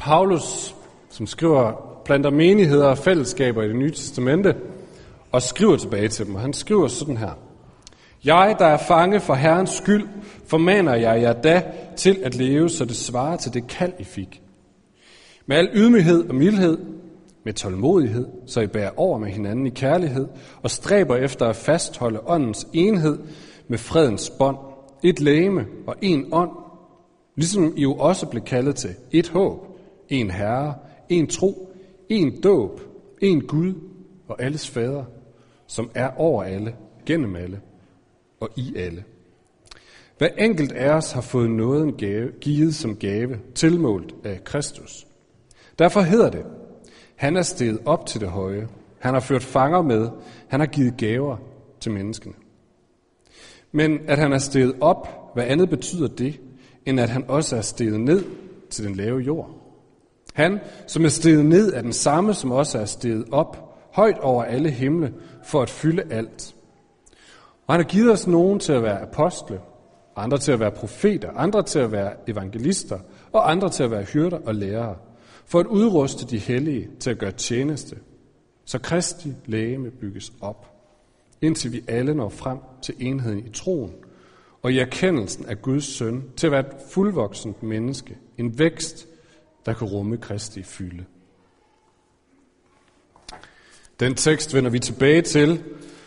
Paulus, som planter menigheder og fællesskaber i Det Nye Testamente, og skriver tilbage til dem. Og han skriver sådan her: Jeg, der er fange for Herrens skyld, formaner jeg jer da til at leve, så det svarer til det kald, I fik. Med al ydmyghed og mildhed, med tålmodighed, så I bærer over med hinanden i kærlighed, og stræber efter at fastholde åndens enhed med fredens bånd, et legeme og en ånd, ligesom I jo også blev kaldet til et håb, en Herre, en tro, en dåb, en Gud og alles fader, som er over alle, gennem alle og i alle. Hver enkelt af os har fået nåden givet som gave, tilmålt af Kristus. Derfor hedder det: Han er steget op til det høje, han har ført fanger med, han har givet gaver til menneskene. Men at han er steget op, hvad andet betyder det, end at han også er steget ned til den lave jord? Han, som er steget ned, er den samme, som også er steget op, højt over alle himle, for at fylde alt. Og han har givet os nogen til at være apostle, andre til at være profeter, andre til at være evangelister, og andre til at være hyrder og lærere, for at udruste de hellige til at gøre tjeneste, så Kristi legeme bygges op, indtil vi alle når frem til enheden i troen, og i erkendelsen af Guds søn, til at være et fuldvoksent menneske, en vækst, der kan rumme Kristi fylde. Den tekst vender vi tilbage til,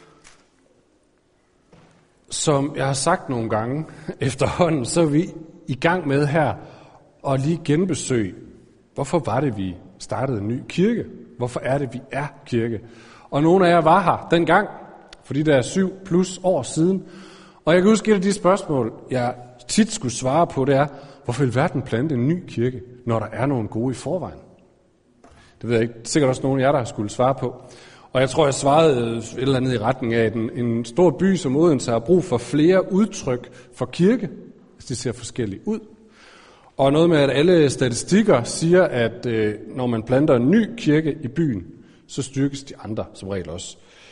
som jeg har sagt nogle gange efterhånden, så er vi i gang med her at lige genbesøge, hvorfor var det, vi startede en ny kirke? Hvorfor er det, vi er kirke? Og nogle af jer var her dengang, fordi det er 7+ år siden. Og jeg kan huske, et af de spørgsmål, jeg tit skulle svare på, det er, hvorfor vil verden plante en ny kirke, når der er nogle gode i forvejen? Det ved jeg ikke. Sikkert også nogle af jer, der skulle svare på. Og jeg tror, jeg svarede et eller andet i retning af, at en stor by som Odense har brug for flere udtryk for kirke. De ser forskellige ud. Og noget med, at alle statistikker siger, at når man planter en ny kirke i byen, så styrkes de andre som regel også.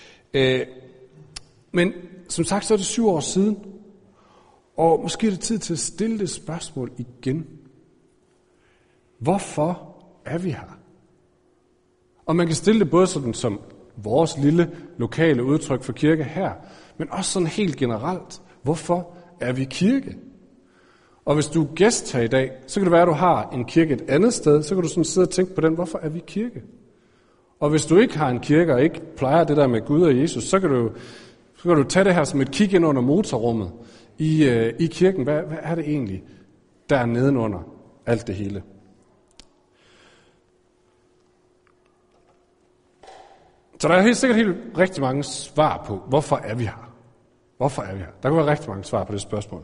Men som sagt, så er det 7 år siden. Og måske er det tid til at stille det spørgsmål igen. Hvorfor er vi her? Og man kan stille det både sådan som vores lille lokale udtryk for kirke her, men også sådan helt generelt. Hvorfor er vi kirke? Og hvis du er gæst her i dag, så kan det være, at du har en kirke et andet sted, så kan du sådan sidde og tænke på den, hvorfor er vi kirke? Og hvis du ikke har en kirke og ikke plejer det der med Gud og Jesus, så kan du tage det her som et kig ind under motorrummet i kirken. Hvad er det egentlig, der er nedenunder alt det hele? Så der er helt sikkert rigtig mange svar på, hvorfor er vi her? Hvorfor er vi her? Der kan være rigtig mange svar på det spørgsmål.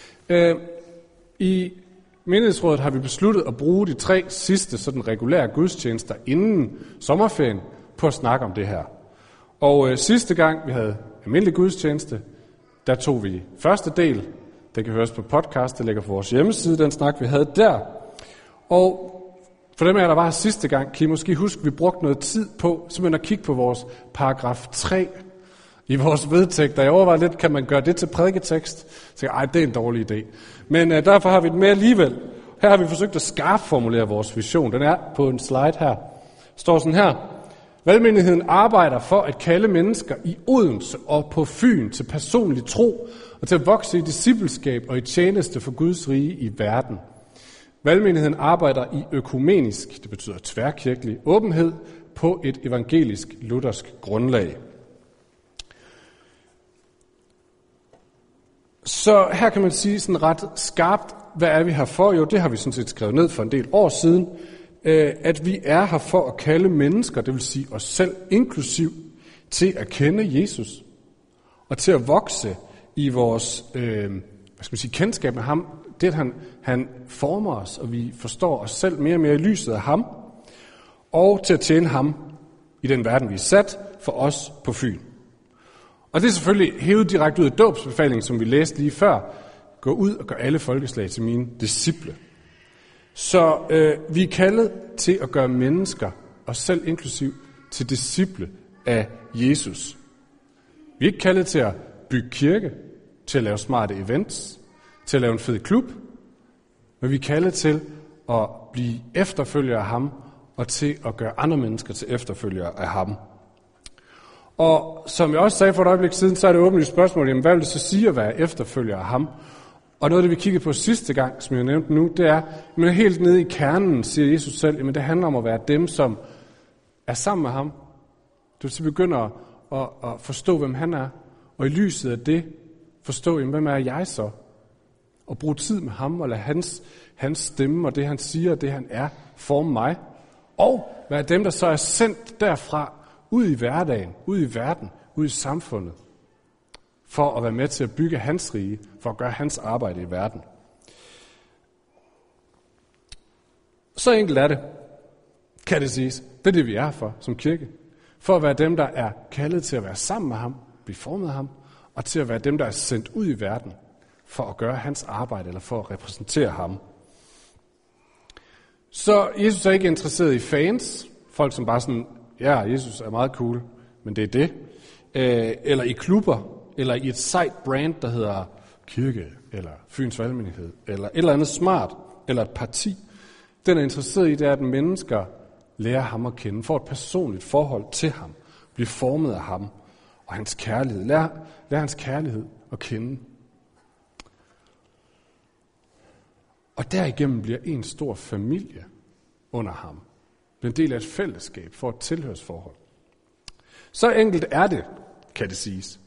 I menighedsrådet har vi besluttet at bruge de 3 sidste sådan regulære gudstjenester inden sommerferien på at snakke om det her. Og sidste gang vi havde almindelig gudstjeneste, der tog vi første del. Den kan høres på podcast, der ligger på vores hjemmeside, den snak vi havde der. Og for dem af jer, der var her sidste gang, kan I måske huske, at vi brugte noget tid på simpelthen at kigge på vores paragraf 3 i vores vedtægt. Da jeg overvejede lidt, kan man gøre det til prædiketekst? Så det er en dårlig idé. Men derfor har vi det med alligevel. Her har vi forsøgt at skarpformulere vores vision. Den er på en slide her. Står sådan her: Valgmenigheden arbejder for at kalde mennesker i Odense og på Fyn til personlig tro og til at vokse i discipleskab og i tjeneste for Guds rige i verden. Valgmenigheden arbejder i økumenisk, det betyder tværkirkelig, åbenhed på et evangelisk-luthersk grundlag. Så her kan man sige sådan ret skarpt, hvad er vi her for? Jo, det har vi sådan set skrevet ned for en del år siden, at vi er her for at kalde mennesker, det vil sige os selv inklusiv, til at kende Jesus og til at vokse i vores kendskab med ham. Det, at han former os, og vi forstår os selv mere og mere i lyset af ham, og til at tjene ham i den verden, vi er sat for os på Fyn. Og det er selvfølgelig hævet direkte ud af dåbsbefalingen, som vi læste lige før. Gå ud og gør alle folkeslag til mine disciple. Så vi er kaldet til at gøre mennesker, os selv inklusiv, til disciple af Jesus. Vi er ikke kaldet til at bygge kirke, til at lave smarte events, til at lave en fed klub, men vi er kaldet til at blive efterfølgere af ham, og til at gøre andre mennesker til efterfølgere af ham. Og som jeg også sagde for et øjeblik siden, så er det åbenlyst spørgsmål, jamen, hvad vil det så sige at være efterfølger af ham? Og noget af det, vi kiggede på sidste gang, som jeg nævnte nu, det er, men helt nede i kernen, siger Jesus selv, jamen det handler om at være dem, som er sammen med ham. Du vil begynde at forstå, hvem han er, og i lyset af det, forstå, jamen, hvem er jeg så? Og bruge tid med ham, og lade hans stemme, og det han siger, og det han er, forme mig. Og være dem, der så er sendt derfra, ud i hverdagen, ud i verden, ud i samfundet, for at være med til at bygge hans rige, for at gøre hans arbejde i verden. Så enkelt er det, kan det siges. Det er det, vi er her for som kirke. For at være dem, der er kaldet til at være sammen med ham, blive formet af ham, og til at være dem, der er sendt ud i verden, for at gøre hans arbejde, eller for at repræsentere ham. Så Jesus er ikke interesseret i fans, folk som bare sådan, ja, Jesus er meget cool, men det er det. Eller i klubber, eller i et sejt brand, der hedder kirke, eller Fyns Valgmenighed, eller et eller andet smart, eller et parti. Den er interesseret i, det er, at mennesker lærer ham at kende, får et personligt forhold til ham, bliver formet af ham og hans kærlighed. Lær hans kærlighed at kende. Og derigennem bliver en stor familie under ham. Bliver en del af et fællesskab, for et tilhørsforhold. Så enkelt er det, kan det siges.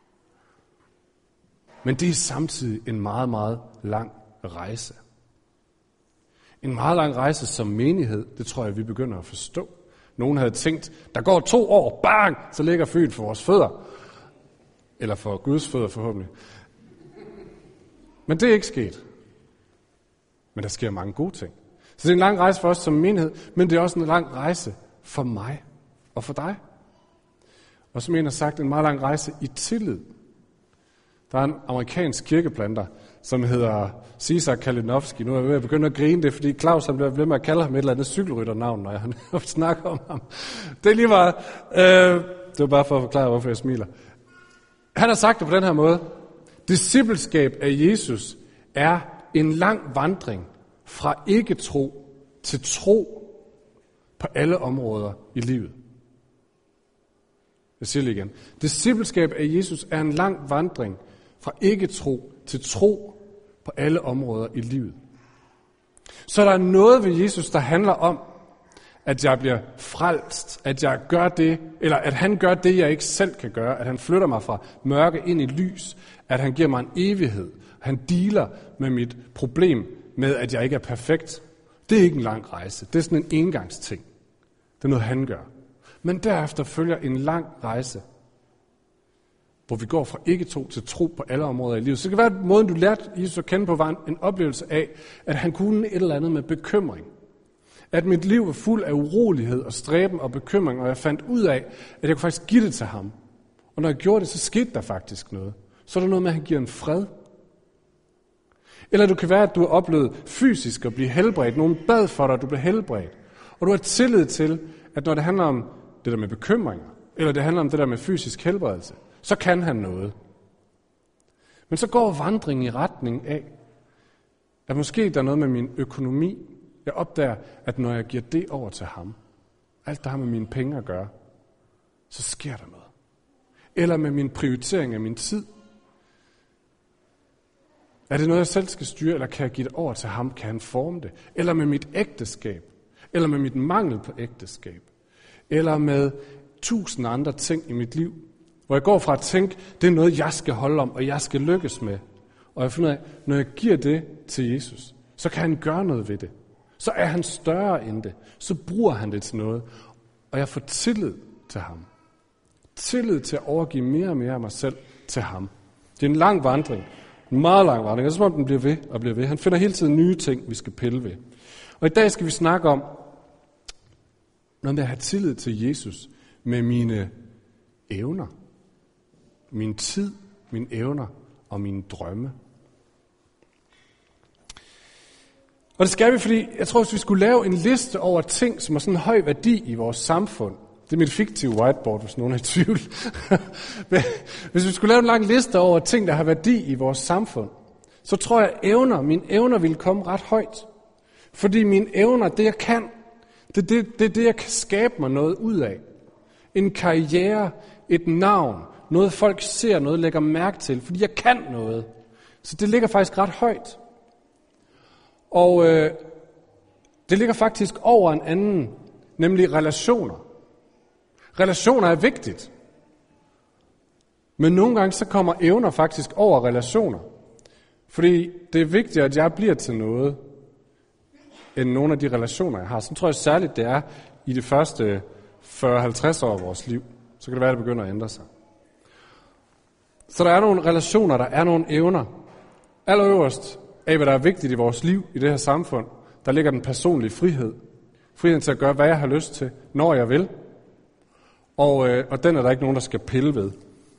Men det er samtidig en meget, meget lang rejse. En meget lang rejse som menighed, det tror jeg, vi begynder at forstå. Nogen havde tænkt, der går 2 år, bang, så ligger Fyn for vores fødder. Eller for Guds fødder forhåbentlig. Men det er ikke sket. Men der sker mange gode ting. Så det er en lang rejse for os som menighed, men det er også en lang rejse for mig og for dig. Og som en har sagt, en meget lang rejse i tillid. Der er en amerikansk kirkeplanter, som hedder Cesar Kalinowski. Nu er jeg ved at begynde at grine det, fordi Claus han bliver ved med at kalde ham et eller andet cykelrytternavn, når jeg snakker om ham. Det er lige meget. Det var bare for at forklare, hvorfor jeg smiler. Han har sagt det på den her måde. Discipleskab af Jesus er en lang vandring fra ikke-tro til tro på alle områder i livet. Jeg siger det igen. Discipleskab af Jesus er en lang vandring fra ikke-tro til tro på alle områder i livet. Så der er noget ved Jesus, der handler om, at jeg bliver frelst, at jeg gør det, eller at han gør det, jeg ikke selv kan gøre, at han flytter mig fra mørke ind i lys, at han giver mig en evighed. Han dealer med mit problem med, at jeg ikke er perfekt. Det er ikke en lang rejse. Det er sådan en engangsting. Det er noget, han gør. Men derefter følger en lang rejse, hvor vi går fra ikke-tro til tro på alle områder i livet. Så det kan være, at måden, du lærte Jesus at kende på, var en oplevelse af, at han kunne et eller andet med bekymring. At mit liv var fuld af urolighed og stræben og bekymring, og jeg fandt ud af, at jeg kunne faktisk give det til ham. Og når jeg gjorde det, så skete der faktisk noget. Så er der noget med, at han giver en fred. Eller det kan være, at du har oplevet fysisk at blive helbredt. Nogen bad for dig, at du blev helbredt. Og du har tillid til, at når det handler om det der med bekymringer, eller det handler om det der med fysisk helbredelse, så kan han noget. Men så går vandringen i retning af, at måske der er noget med min økonomi. Jeg opdager, at når jeg giver det over til ham, alt der har med mine penge at gøre, så sker der noget. Eller med min prioritering af min tid. Er det noget, jeg selv skal styre, eller kan jeg give det over til ham? Kan han forme det? Eller med mit ægteskab? Eller med mit mangel på ægteskab? Eller med 1000 andre ting i mit liv, hvor jeg går fra at tænke, det er noget, jeg skal holde om, og jeg skal lykkes med. Og jeg finder af, når jeg giver det til Jesus, så kan han gøre noget ved det. Så er han større end det. Så bruger han det til noget. Og jeg får tillid til ham. Tillid til at overgive mere og mere af mig selv til ham. Det er en lang vandring. En meget lang vandring. Det er som om den bliver ved og bliver ved. Han finder hele tiden nye ting, vi skal pille ved. Og i dag skal vi snakke om noget med at have tillid til Jesus med mine evner. Min tid, mine evner og mine drømme. Og det skal vi, fordi jeg tror, hvis vi skulle lave en liste over ting, som har sådan en høj værdi i vores samfund. Det er mit fiktive whiteboard, hvis nogen er i tvivl. Hvis vi skulle lave en lang liste over ting, der har værdi i vores samfund, så tror jeg, at mine evner ville komme ret højt. Fordi mine evner, det jeg kan, det er det, jeg kan skabe mig noget ud af. En karriere, et navn, noget folk ser, noget lægger mærke til, fordi jeg kan noget. Så det ligger faktisk ret højt. Og det ligger faktisk over en anden, nemlig relationer. Relationer er vigtigt. Men nogle gange så kommer evner faktisk over relationer. Fordi det er vigtigt, at jeg bliver til noget, end nogle af de relationer, jeg har. Så tror jeg særligt, det er i de første 40-50 år af vores liv. Så kan det være, at det begynder at ændre sig. Så der er nogle relationer, der er nogle evner. Allerøverst af, hvad der er vigtigt i vores liv, i det her samfund, der ligger den personlige frihed. Friheden til at gøre, hvad jeg har lyst til, når jeg vil. Og den er der ikke nogen, der skal pille ved.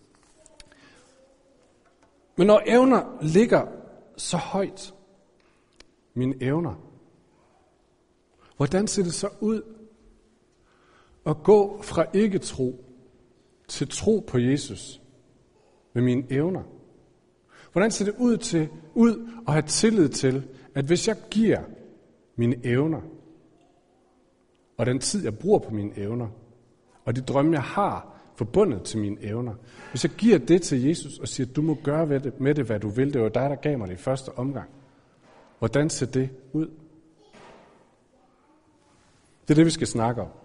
Men når evner ligger så højt, mine evner, hvordan ser det så ud at gå fra ikke-tro til tro på Jesus med mine evner? Hvordan ser det ud at have tillid til, at hvis jeg giver mine evner, og den tid, jeg bruger på mine evner, og de drømme, jeg har forbundet til mine evner, hvis jeg giver det til Jesus og siger, at du må gøre med det, hvad du vil, det var dig, der gav mig det i første omgang. Hvordan ser det ud? Det er det, vi skal snakke om.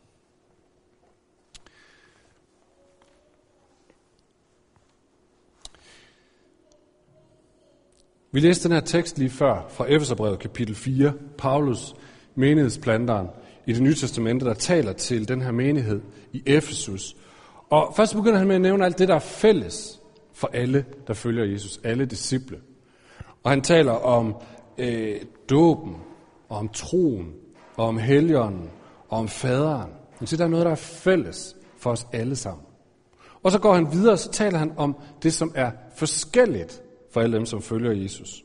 Vi læste den her tekst lige før fra Efeserbrevet kapitel 4, Paulus, menighedsplanteren i Det Nye Testamente, der taler til den her menighed i Efesus. Og først begynder han med at nævne alt det, der er fælles for alle, der følger Jesus, alle disciple. Og han taler om dåben, og om troen, og om Helligånden, og om faderen. Han siger, der er noget, der er fælles for os alle sammen. Og så går han videre, og så taler han om det, som er forskelligt for alle dem, som følger Jesus.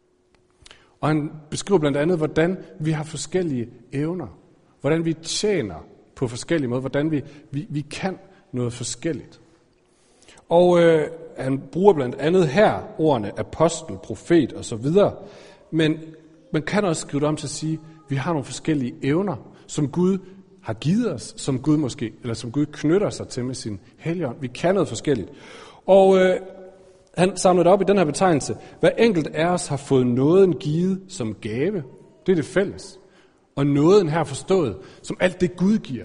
Og han beskriver blandt andet, hvordan vi har forskellige evner. Hvordan vi tjener på forskellige måder. Hvordan vi kan noget forskelligt. Og han bruger blandt andet her ordene apostel, profet osv. Men man kan også skrive det om til at sige, at vi har nogle forskellige evner, som Gud har givet os, som Gud knytter sig til med sin Helligånd. Vi kan noget forskelligt. Og han samler det op i den her betegnelse. Hver enkelt af os har fået nåden givet som gave. Det er det fælles. Og nåden her forstået som alt det Gud giver.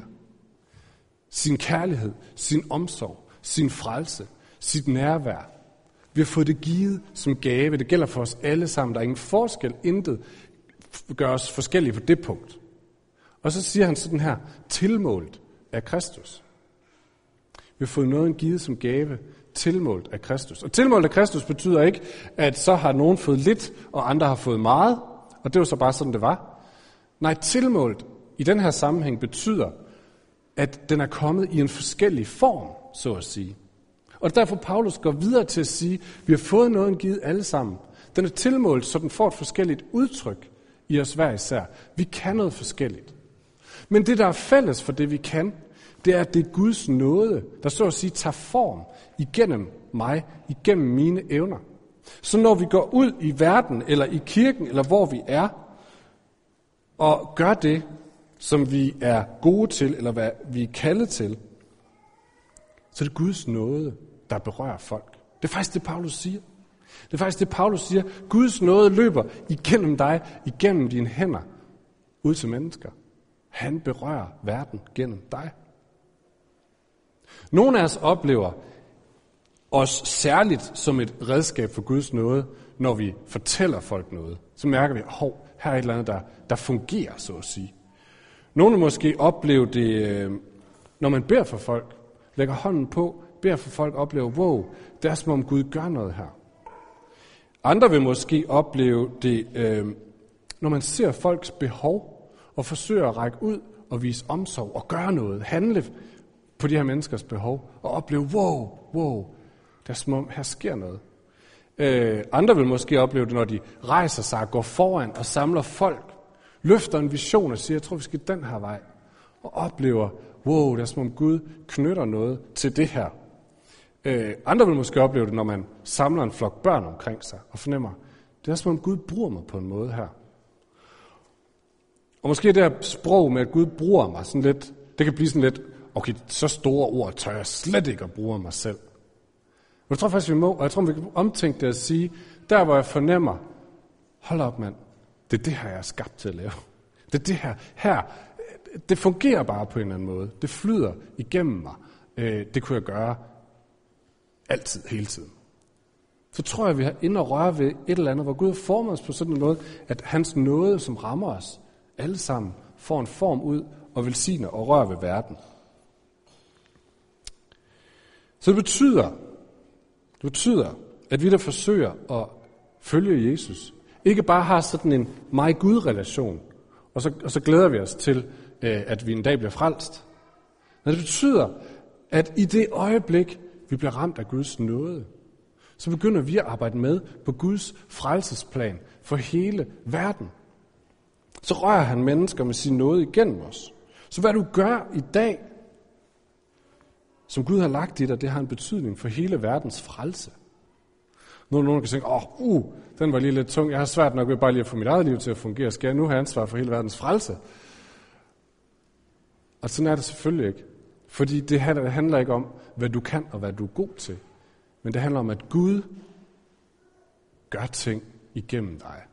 Sin kærlighed, sin omsorg, sin frelse, sit nærvær. Vi har fået det givet som gave. Det gælder for os alle sammen. Der er ingen forskel. Intet gør os forskellige på det punkt. Og så siger han sådan her, tilmålt af Kristus. Vi har fået nåden givet som gave, tilmålt af Kristus. Og tilmålt af Kristus betyder ikke, at så har nogen fået lidt, og andre har fået meget. Og det var så bare sådan, det var. Nej, tilmålt i den her sammenhæng betyder, at den er kommet i en forskellig form, så at sige. Og derfor Paulus går videre til at sige, at vi har fået nåden givet alle sammen. Den er tilmålt, så den får et forskelligt udtryk i os hver især. Vi kan noget forskelligt. Men det, der er fælles for det, vi kan, det er, at det er Guds nåde, der så at sige tager form igennem mig, igennem mine evner. Så når vi går ud i verden, eller i kirken, eller hvor vi er, og gør det, som vi er gode til, eller hvad vi er kaldet til, så er det Guds nåde, der berører folk. Det er faktisk det, Paulus siger. Det er faktisk det, Paulus siger. Guds nåde løber igennem dig, igennem dine hænder, ud til mennesker. Han berører verden gennem dig. Nogle af os oplever os særligt som et redskab for Guds nåde, når vi fortæller folk noget. Så mærker vi, at her er et eller andet, der fungerer, så at sige. Nogle måske opleve det, når man beder for folk, lægger hånden på, beder for folk, oplever, wow, det er som om Gud gør noget her. Andre vil måske opleve det, når man ser folks behov, og forsøger at række ud og vise omsorg og gøre noget, handle på de her menneskers behov, og opleve, wow, det er som om, her sker noget. Andre vil måske opleve det, når de rejser sig og går foran og samler folk, løfter en vision og siger, jeg tror, vi skal den her vej, og oplever, wow, det er som om Gud knytter noget til det her. Andre vil måske opleve det, når man samler en flok børn omkring sig og fornemmer, det er som om Gud bruger mig på en måde her. Og måske det her sprog med, at Gud bruger mig sådan lidt, det kan blive sådan lidt, okay, så store ord tør jeg slet ikke at bruge mig selv. Men jeg tror faktisk, vi må, og jeg tror, vi kan omtænke det at sige, der hvor jeg fornemmer, hold op mand, det er det her, jeg er skabt til at lave. Det er det her, det fungerer bare på en eller anden måde. Det flyder igennem mig. Det kunne jeg gøre altid, hele tiden. Så tror jeg, vi har inde og røre ved et eller andet, hvor Gud har formet os på sådan en måde, at hans nåde, som rammer os alle sammen, får en form ud og velsigner og rører ved verden. Så det betyder, at vi der forsøger at følge Jesus, ikke bare har sådan en mig-Gud-relation, og så glæder vi os til, at vi en dag bliver frelst. Men det betyder, at i det øjeblik, vi bliver ramt af Guds nåde, så begynder vi at arbejde med på Guds frelsesplan for hele verden. Så rører han mennesker med sin nåde igennem os. Så hvad du gør i dag, som Gud har lagt i dig, det har en betydning for hele verdens frelse. Nu er nogen, der kan tænke, den var lige lidt tung. Jeg har svært nok ved bare lige at få mit eget liv til at fungere. Skal jeg nu have ansvar for hele verdens frelse? Og sådan er det selvfølgelig ikke. Fordi det handler ikke om, hvad du kan og hvad du er god til. Men det handler om, at Gud gør ting igennem dig.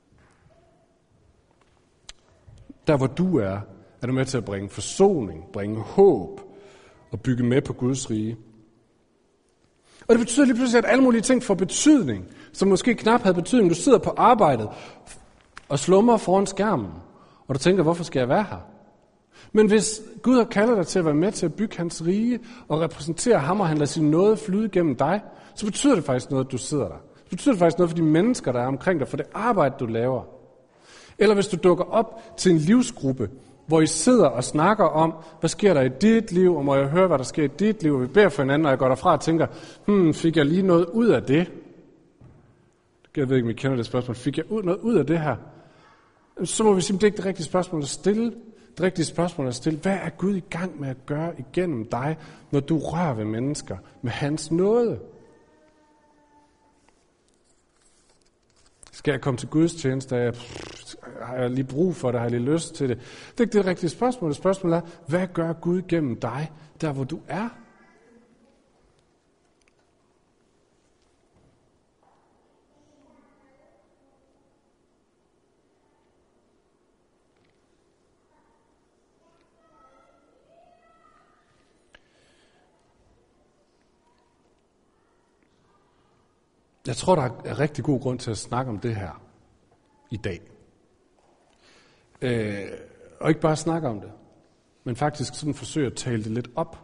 Der hvor du er du med til at bringe forsoning, bringe håb og bygge med på Guds rige. Og det betyder lige pludselig, at alle mulige ting får betydning, som måske knap havde betydning. Du sidder på arbejdet og slumrer foran skærmen, og du tænker, hvorfor skal jeg være her? Men hvis Gud har kaldet dig til at være med til at bygge hans rige og repræsentere ham, og han lader sin nåde flyde gennem dig, så betyder det faktisk noget, at du sidder der. Så betyder det faktisk noget for de mennesker, der er omkring dig, for det arbejde, du laver. Eller hvis du dukker op til en livsgruppe, hvor I sidder og snakker om, hvad sker der i dit liv, og må jeg høre, hvad der sker i dit liv, og vi beder for hinanden, og jeg går derfra og tænker, fik jeg lige noget ud af det? Jeg ved ikke, om I kender det spørgsmål. Fik jeg noget ud af det her? Så må vi sige, det er ikke det rigtige spørgsmål at stille. Det rigtige spørgsmål at stille, hvad er Gud i gang med at gøre igennem dig, når du rører ved mennesker med hans nåde? Skal jeg komme til Guds tjeneste? Har jeg lige brug for det? Har jeg lige lyst til det? Det er ikke det rigtige spørgsmål. Det spørgsmål er, hvad gør Gud gennem dig, der hvor du er? Jeg tror, der er rigtig god grund til at snakke om det her i dag. Og ikke bare snakke om det, men faktisk sådan forsøge at tale det lidt op.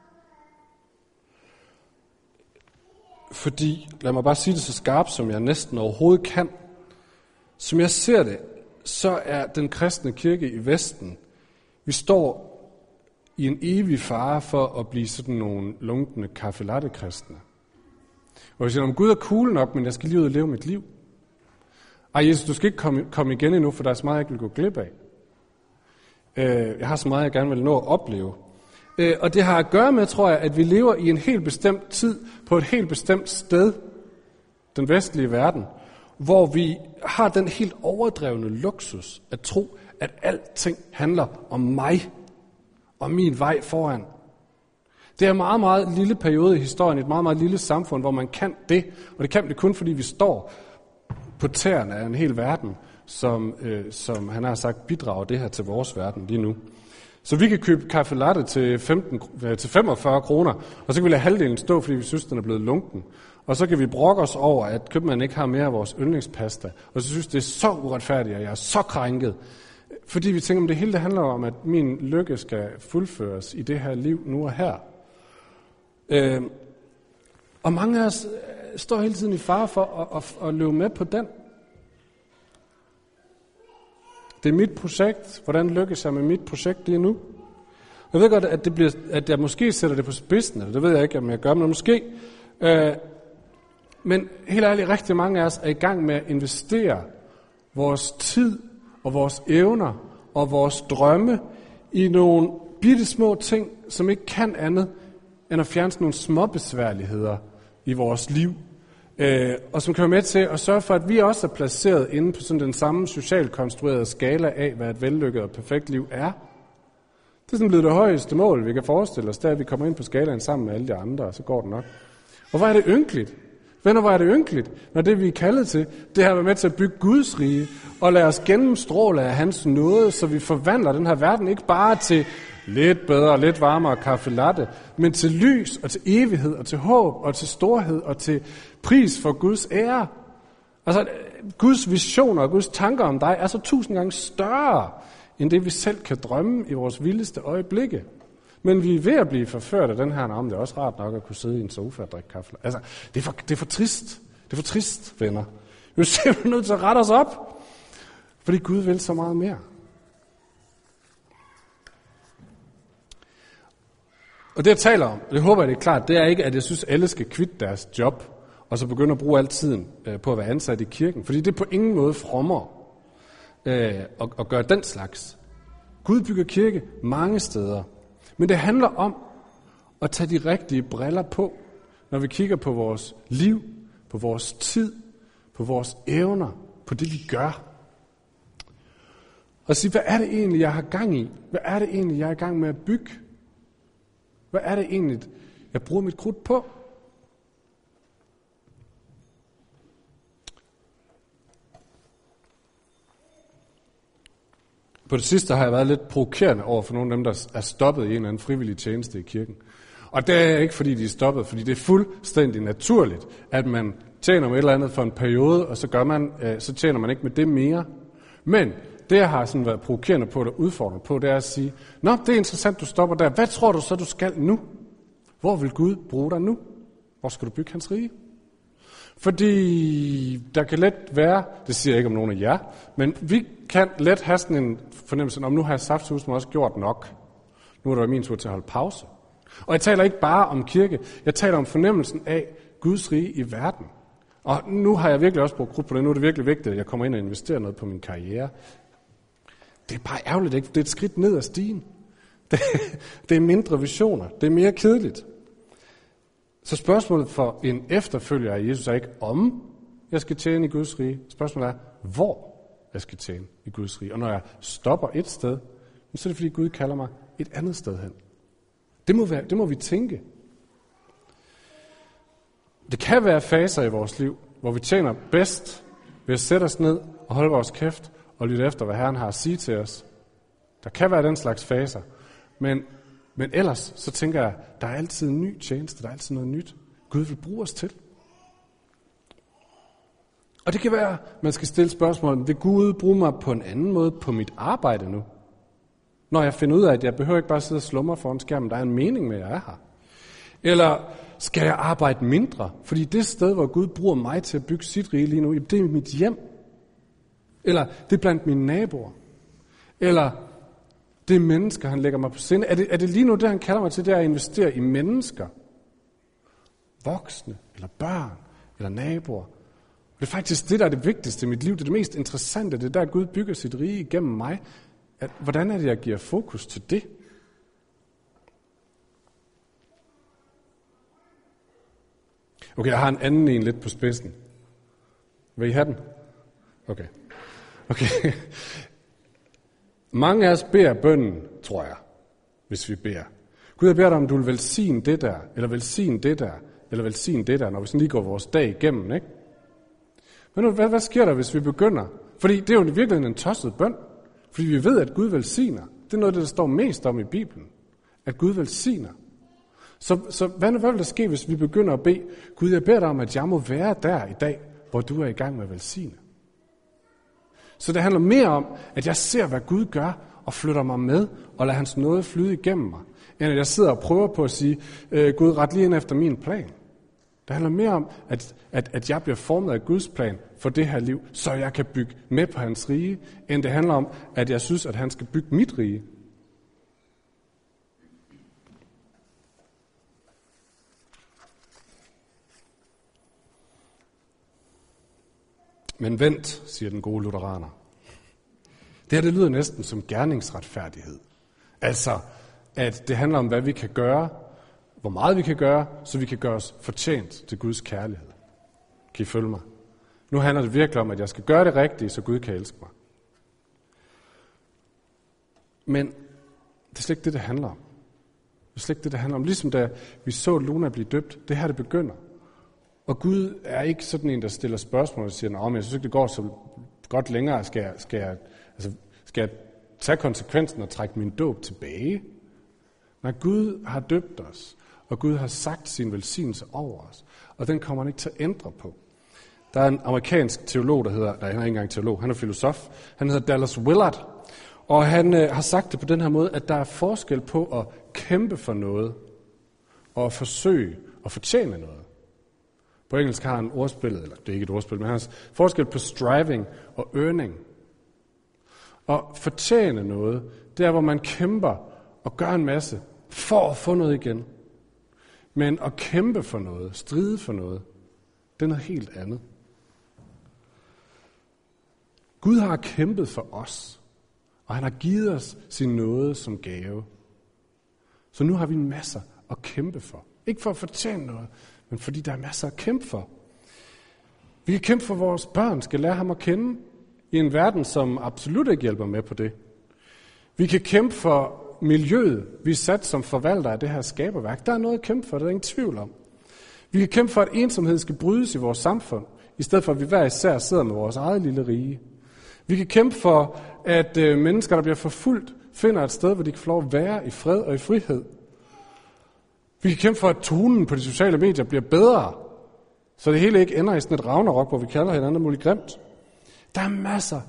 Fordi, lad mig bare sige det så skarpt, som jeg næsten overhovedet kan. Som jeg ser det, så er den kristne kirke i Vesten, vi står i en evig fare for at blive sådan nogle lunkne kaffe-latte-kristne. Og jeg siger, om Gud er cool nok, men jeg skal lige ud og leve mit liv. Jesus, du skal ikke komme igen endnu, for der er så meget, jeg ikke vil gå glip af. Jeg har så meget, jeg gerne vil nå at opleve. Og det har at gøre med, tror jeg, at vi lever i en helt bestemt tid, på et helt bestemt sted, den vestlige verden, hvor vi har den helt overdrevne luksus at tro, at alting handler om mig og min vej foran. Det er en meget, meget lille periode i historien, et meget, meget lille samfund, hvor man kan det. Og det kan det kun, fordi vi står på tæerne af en hel verden, som han har sagt bidrager det her til vores verden lige nu. Så vi kan købe kaffe latte til 45 kroner, og så kan vi lade halvdelen stå, fordi vi synes, den er blevet lunken. Og så kan vi brokke os over, at købmanden ikke har mere af vores yndlingspasta. Og så synes det er så uretfærdigt, og jeg er så krænket. Fordi vi tænker, at det hele det handler om, at min lykke skal fuldføres i det her liv nu og her. Og mange af os står hele tiden i fare for at løbe med på den. Det er mit projekt. Hvordan lykkes jeg med mit projekt lige nu? Jeg ved godt, at jeg måske sætter det på spidsen, eller det ved jeg ikke, om jeg gør, men måske. Men helt ærligt, rigtig mange af os er i gang med at investere vores tid og vores evner og vores drømme i nogle bitte små ting, som ikke kan andet end at fjerne nogle små besværligheder i vores liv. og som kan være med til at sørge for, at vi også er placeret inde på sådan den samme socialt konstruerede skala af, hvad et vellykket og perfekt liv er. Det er sådan blevet det højeste mål, vi kan forestille os, det er, at vi kommer ind på skalaen sammen med alle de andre, og så går det nok. Og hvor er det ynkeligt? Venner, hvor er det ynkeligt, når det vi er kaldet til, det har været med til at bygge Guds rige, og lade os gennemstråle af hans nåde, så vi forvandler den her verden ikke bare til lidt bedre, lidt varmere kaffe latte, men til lys og til evighed og til håb og til storhed og til pris for Guds ære. Altså, Guds visioner og Guds tanker om dig er så 1000 gange større, end det vi selv kan drømme i vores vildeste øjeblikke. Men vi er ved at blive forført af den her navn. Det er også rart nok at kunne sidde i en sofa og drikke kaffe. Altså, det er for trist. Det er for trist, venner. Vi er simpelthen nødt til at rette os op. Fordi Gud vil så meget mere. Og det jeg taler om, det håber jeg det er klart, det er ikke, at jeg synes, at alle skal kvitte deres job, og så begynde at bruge al tiden på at være ansat i kirken. Fordi det er på ingen måde frommer at gøre den slags. Gud bygger kirke mange steder. Men det handler om at tage de rigtige briller på, når vi kigger på vores liv, på vores tid, på vores evner, på det vi gør. Og sige, hvad er det egentlig, jeg har gang i? Hvad er det egentlig, jeg er i gang med at bygge? Hvad er det egentlig, jeg bruger mit krudt på? På det sidste har jeg været lidt provokerende over for nogle af dem, der er stoppet i en eller anden frivillig tjeneste i kirken. Og det er ikke, fordi de er stoppet, fordi det er fuldstændig naturligt, at man tjener med et eller andet for en periode, og så tjener man ikke med det mere. Men det, jeg har sådan været provokerende på eller udfordret på, det er at sige, nå, det er interessant, du stopper der. Hvad tror du så, du skal nu? Hvor vil Gud bruge dig nu? Hvor skal du bygge hans rige? Fordi der kan let være, det siger jeg ikke om nogen af jer, men vi kan let have sådan en fornemmelse om, nu har jeg saftsusme også gjort nok. Nu er det min tur til at holde pause. Og jeg taler ikke bare om kirke, jeg taler om fornemmelsen af Guds rige i verden. Og nu har jeg virkelig også brugt krudt på det, nu er det virkelig vigtigt, at jeg kommer ind og investerer noget på min karriere. Det er bare ærgerligt, ikke? Det er et skridt ned ad stigen. Det er mindre visioner, det er mere kedeligt. Så spørgsmålet for en efterfølger af Jesus er ikke, om jeg skal tjene i Guds rige. Spørgsmålet er, hvor jeg skal tjene i Guds rige. Og når jeg stopper et sted, så er det fordi Gud kalder mig et andet sted hen. Det må vi tænke. Det kan være faser i vores liv, hvor vi tjener bedst ved at sætte os ned og holde vores kæft og lytte efter, hvad Herren har at sige til os. Der kan være den slags faser. Men ellers, så tænker jeg, der er altid en ny tjeneste, der er altid noget nyt, Gud vil bruge os til. Og det kan være, man skal stille spørgsmålet, vil Gud bruge mig på en anden måde på mit arbejde nu? Når jeg finder ud af, at jeg behøver ikke bare sidde og slumre foran skærmen, der er en mening med, at jeg er her. Eller skal jeg arbejde mindre? Fordi det sted, hvor Gud bruger mig til at bygge sit rige lige nu, det er mit hjem. Eller det er blandt mine naboer. Eller det er mennesker, han lægger mig på sinde. Er det lige nu, det han kalder mig til, det er at investere i mennesker? Voksne, eller børn, eller naboer. Og det er faktisk det, der er det vigtigste i mit liv. Det er det mest interessante. Det er der, Gud bygger sit rige igennem mig. Hvordan er det, jeg giver fokus til det? Okay, jeg har en anden en lidt på spidsen. Vil I have den? Okay. Mange af os beder bønnen, tror jeg, hvis vi beder. Gud, jeg beder dig, om du vil velsigne det der, eller velsigne det der, eller velsigne det der, når vi sådan lige går vores dag igennem, ikke? Men hvad sker der, hvis vi begynder? Fordi det er jo virkelig en tosset bøn. Fordi vi ved, at Gud velsigner. Det er noget, der står mest om i Bibelen. At Gud velsigner. Så hvad vil der ske, hvis vi begynder at bede, Gud, jeg beder dig om, at jeg må være der i dag, hvor du er i gang med at velsigne. Så det handler mere om, at jeg ser, hvad Gud gør, og flytter mig med, og lader hans nåde flyde igennem mig, end at jeg sidder og prøver på at sige, Gud, ret lige ind efter min plan. Det handler mere om, at jeg bliver formet af Guds plan for det her liv, så jeg kan bygge med på hans rige, end det handler om, at jeg synes, at han skal bygge mit rige. Men vent, siger den gode lutheraner. Det her, det lyder næsten som gerningsretfærdighed. Altså, at det handler om, hvad vi kan gøre, hvor meget vi kan gøre, så vi kan gøre os fortjent til Guds kærlighed. Kan I følge mig? Nu handler det virkelig om, at jeg skal gøre det rigtige, så Gud kan elske mig. Men det er slet ikke det, det handler om. Det er slet ikke det, det handler om. Ligesom da vi så Luna blive døbt, det her det begynder. Og Gud er ikke sådan en, der stiller spørgsmål og siger, men jeg synes ikke, det går så godt længere. Skal jeg tage konsekvensen og trække min dåb tilbage? Nej, Gud har døbt os, og Gud har sagt sin velsignelse over os. Og den kommer han ikke til at ændre på. Der er en amerikansk teolog, han er ikke engang teolog, han er filosof. Han hedder Dallas Willard. Og han har sagt det på den her måde, at der er forskel på at kæmpe for noget, og at forsøge at fortjene noget. På engelsk har han ordspillet, eller det er ikke et ordspil, men han har forskel på striving og earning. Og fortjene noget, det er, hvor man kæmper og gør en masse for at få noget igen. Men at kæmpe for noget, stride for noget, det er noget helt andet. Gud har kæmpet for os, og han har givet os sin nåde som gave. Så nu har vi en masse at kæmpe for. Ikke for at fortjene noget, men fordi der er masser at kæmpe for. Vi kan kæmpe for, at vores børn skal lære ham at kende i en verden, som absolut ikke hjælper med på det. Vi kan kæmpe for miljøet, vi er sat som forvalter af det her skaberværk. Der er noget at kæmpe for, det er ingen tvivl om. Vi kan kæmpe for, at ensomhed skal brydes i vores samfund, i stedet for at vi hver især sidder med vores eget lille rige. Vi kan kæmpe for, at mennesker, der bliver forfulgt, finder et sted, hvor de kan få lov at være i fred og i frihed. Vi kan kæmpe for, at tonen på de sociale medier bliver bedre, så det hele ikke ender i sådan et ragnarok, hvor vi kalder hinanden muligt grimt. Der er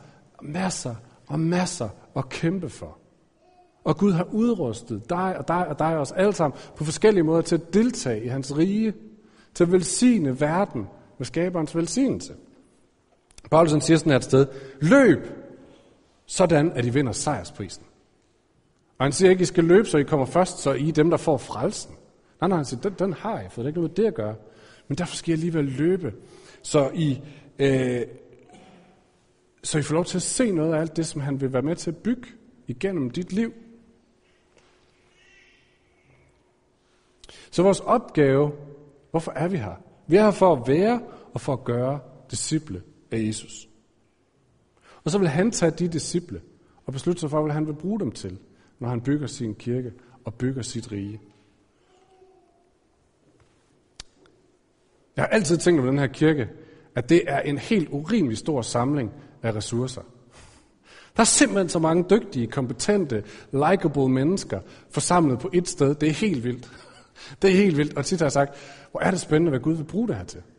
masser at kæmpe for. Og Gud har udrustet dig og os alle sammen på forskellige måder til at deltage i hans rige, til at velsigne verden med skaberens velsignelse. Paulus siger sådan her et sted, løb sådan, at I vinder sejrsprisen. Og han siger ikke, at I skal løbe, så I kommer først, så I er dem, der får frelsen. Nej, han siger, den har jeg, for det er ikke noget med det at gøre. Men derfor skal I alligevel løbe, så I får lov til at se noget af alt det, som han vil være med til at bygge igennem dit liv. Så vores opgave, hvorfor er vi her? Vi er her for at være og for at gøre disciple af Jesus. Og så vil han tage de disciple og beslutte sig for, hvad han vil bruge dem til, når han bygger sin kirke og bygger sit rige. Jeg har altid tænkt om den her kirke, at det er en helt urimelig stor samling af ressourcer. Der er simpelthen så mange dygtige, kompetente, likable mennesker forsamlet på et sted. Det er helt vildt. Det er helt vildt. Og tit har jeg sagt, hvor er det spændende, hvad Gud vil bruge det her til.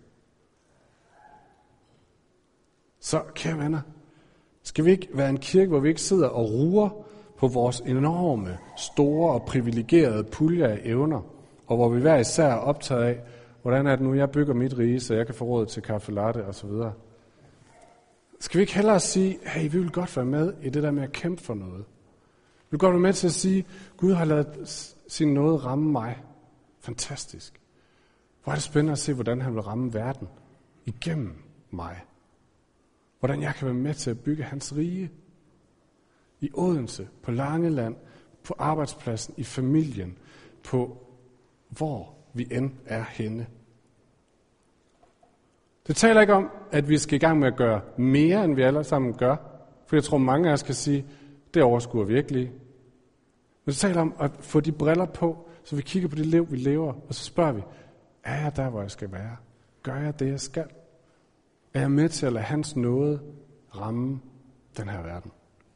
Så, kære venner, skal vi ikke være en kirke, hvor vi ikke sidder og ruer på vores enorme, store og privilegerede pulje af evner, og hvor vi hver især er optaget af, hvordan er det nu, jeg bygger mit rige, så jeg kan få råd til kaffe latte og så videre. Skal vi ikke hellere sige, hey, vi vil godt være med i det der med at kæmpe for noget. Vi vil godt være med til at sige, Gud har ladet sin nåde ramme mig. Fantastisk. Hvor er det spændende at se, hvordan han vil ramme verden igennem mig. Hvordan jeg kan være med til at bygge hans rige. I Odense, på Langeland, på arbejdspladsen, i familien, på hvor vi end er henne. Det taler ikke om, at vi skal i gang med at gøre mere, end vi alle sammen gør. For jeg tror, mange af os kan sige, det overskuer vi ikke lige. Men det taler om at få de briller på, så vi kigger på det liv, vi lever, og så spørger vi, er jeg der, hvor jeg skal være? Gør jeg det, jeg skal? Er jeg med til at lade hans nåde ramme den her verden?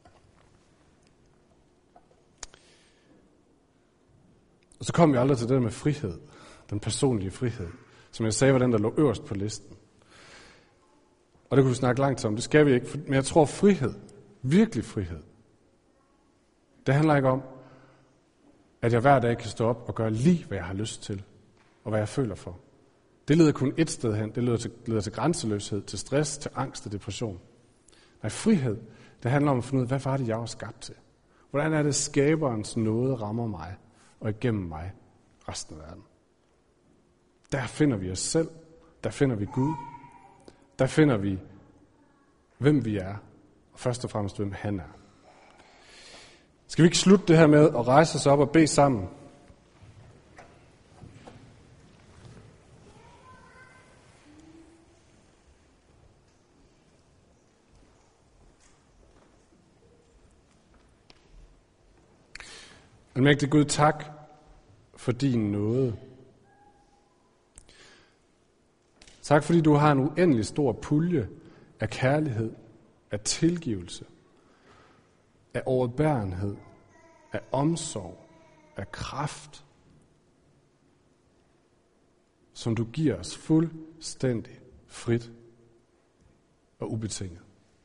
Og så kom vi aldrig til det med frihed, den personlige frihed, som jeg sagde, var den, der lå øverst på listen. Og det kunne vi snakke langt om, det skal vi ikke, men jeg tror frihed, virkelig frihed, det handler ikke om, at jeg hver dag kan stå op og gøre lige, hvad jeg har lyst til, og hvad jeg føler for. Det leder kun et sted hen, det leder til grænseløshed, til stress, til angst og depression. Nej, frihed, det handler om at finde ud af, hvad var det, jeg var skabt til? Hvordan er det, skaberens nåde rammer mig, og igennem mig resten af verden? Der finder vi os selv, der finder vi Gud, der finder vi, hvem vi er, og først og fremmest, hvem han er. Skal vi ikke slutte det her med at rejse os op og bede sammen? Almægtige Gud, tak for din nåde. Tak fordi du har en uendelig stor pulje af kærlighed, af tilgivelse, af overbærenhed, af omsorg, af kraft, som du giver os fuldstændig frit og ubetinget.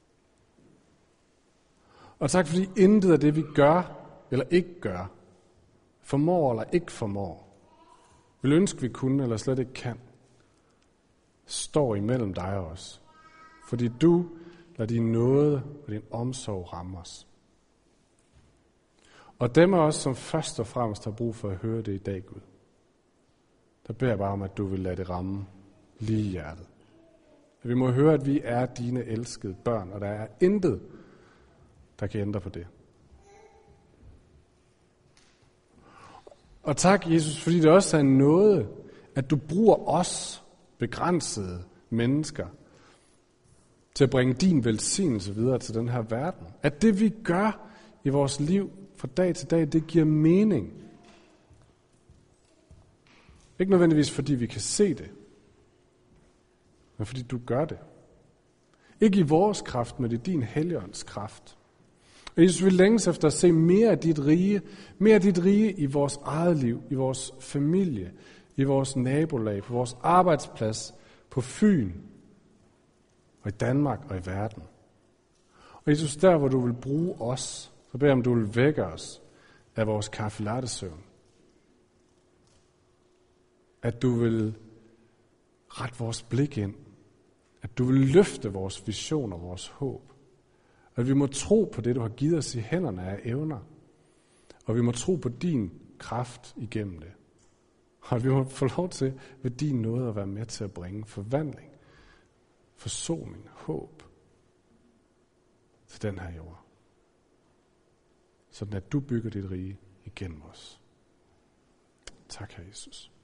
Og tak fordi intet af det, vi gør eller ikke gør, formår eller ikke formår, vil ønske, vi kunne eller slet ikke kan, står imellem dig og os. Fordi du lader din nåde og din omsorg ramme os. Og dem af os, som først og fremmest har brug for at høre det i dag, Gud, der beder jeg bare om, at du vil lade det ramme lige i hjertet. At vi må høre, at vi er dine elskede børn, og der er intet, der kan ændre på det. Og tak, Jesus, fordi det også er noget, at du bruger os begrænsede mennesker til at bringe din velsignelse videre til den her verden. At det, vi gør i vores liv fra dag til dag, det giver mening. Ikke nødvendigvis, fordi vi kan se det, men fordi du gør det. Ikke i vores kraft, men i din Helligånds kraft. Og Jesus, vil længes efter at se mere af dit rige i vores eget liv, i vores familie, i vores nabolag, på vores arbejdsplads, på Fyn, og i Danmark og i verden. Og Jesus, der hvor du vil bruge os, så beder jeg om, du vil vække os af vores kaffe-latte-søvn. At du vil rette vores blik ind. At du vil løfte vores vision og vores håb. At vi må tro på det, du har givet os i hænderne af evner. Og vi må tro på din kraft igennem det. Og at vi må få lov til ved din nåde at være med til at bringe forvandling, forsoning, håb til den her jord. Sådan at du bygger dit rige igennem os. Tak, Herre Jesus.